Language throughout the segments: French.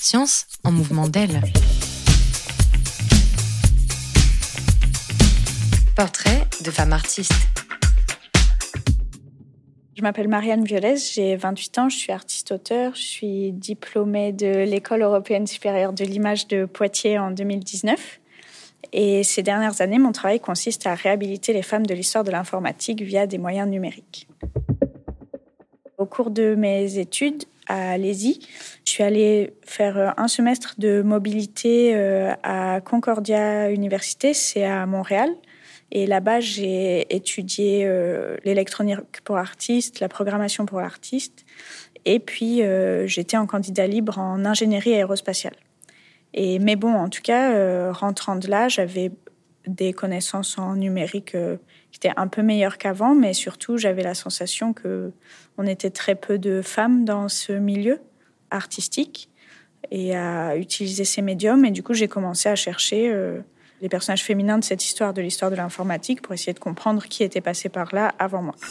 Science en mouvement d'aile. Portrait de femmes artistes. Je m'appelle Marianne Violès, j'ai 28 ans, je suis artiste-auteur, je suis diplômée de l'École européenne supérieure de l'image de Poitiers en 2019. Et ces dernières années, mon travail consiste à réhabiliter les femmes de l'histoire de l'informatique via des moyens numériques. Au cours de mes études à l'ESI, je suis allée faire un semestre de mobilité à Concordia Université, c'est à Montréal. Et là-bas, j'ai étudié l'électronique pour artistes, la programmation pour artistes. Et puis, j'étais en candidat libre en ingénierie aérospatiale. Mais bon, en tout cas, rentrant de là, j'avais des connaissances en numérique qui étaient un peu meilleures qu'avant, mais surtout, j'avais la sensation qu'on était très peu de femmes dans ce milieu artistique et à utiliser ces médiums. Et du coup, j'ai commencé à chercher les personnages féminins de cette histoire, de l'histoire de l'informatique, pour essayer de comprendre qui était passé par là avant moi.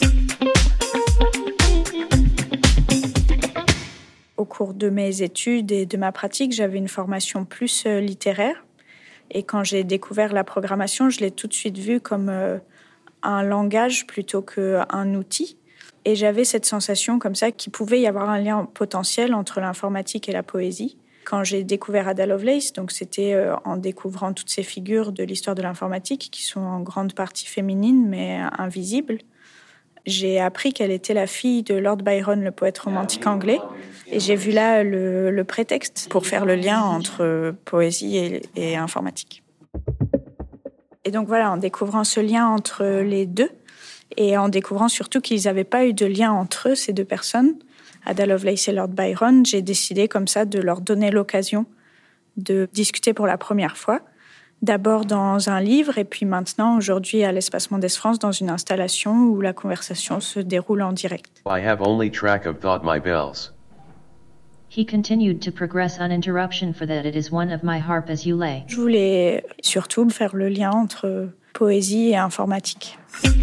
Au cours de mes études et de ma pratique, j'avais une formation plus littéraire. Et quand j'ai découvert la programmation, je l'ai tout de suite vue comme un langage plutôt qu'un outil. Et j'avais cette sensation comme ça qu'il pouvait y avoir un lien potentiel entre l'informatique et la poésie. Quand j'ai découvert Ada Lovelace, donc c'était en découvrant toutes ces figures de l'histoire de l'informatique qui sont en grande partie féminines mais invisibles, j'ai appris qu'elle était la fille de Lord Byron, le poète romantique anglais. Et j'ai vu là le prétexte pour faire le lien entre poésie et informatique. Et donc voilà, en découvrant ce lien entre les deux, et en découvrant surtout qu'ils n'avaient pas eu de lien entre eux, ces deux personnes, Ada Lovelace et Lord Byron, j'ai décidé comme ça de leur donner l'occasion de discuter pour la première fois. D'abord dans un livre, et puis maintenant, aujourd'hui, à l'Espace Mendès France, dans une installation où la conversation se déroule en direct. I have only track of thought my bells. He continued to progress uninterruption for that it is one of my harp as you lay. Je voulais surtout faire le lien entre poésie et informatique.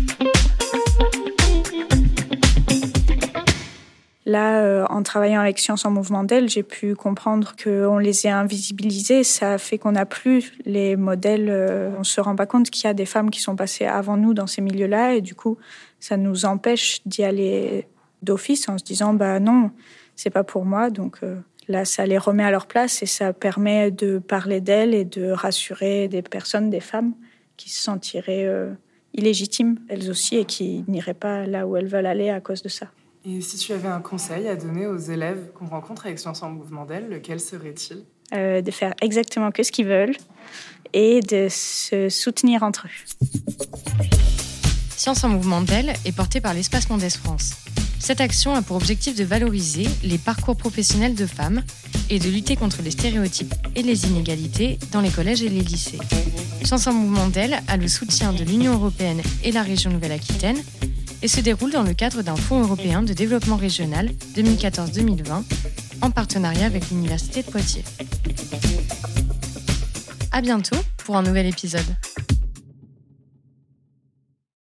Là, en travaillant avec Science en mouvement d'aile, j'ai pu comprendre qu'on les a invisibilisés. Ça fait qu'on n'a plus les modèles. On ne se rend pas compte qu'il y a des femmes qui sont passées avant nous dans ces milieux-là. Et du coup, ça nous empêche d'y aller d'office en se disant « bah non, c'est pas pour moi ». Donc là, ça les remet à leur place et ça permet de parler d'elles et de rassurer des personnes, des femmes qui se sentiraient illégitimes, elles aussi, et qui n'iraient pas là où elles veulent aller à cause de ça. Et si tu avais un conseil à donner aux élèves qu'on rencontre avec Science en mouvement d'aile, lequel serait-il ? De faire exactement ce qu'ils veulent et de se soutenir entre eux. Science en mouvement d'aile est portée par l'Espace Mendès France. Cette action a pour objectif de valoriser les parcours professionnels de femmes et de lutter contre les stéréotypes et les inégalités dans les collèges et les lycées. Science en mouvement d'aile a le soutien de l'Union européenne et la région Nouvelle-Aquitaine et se déroule dans le cadre d'un fonds européen de développement régional 2014-2020 en partenariat avec l'Université de Poitiers. À bientôt pour un nouvel épisode.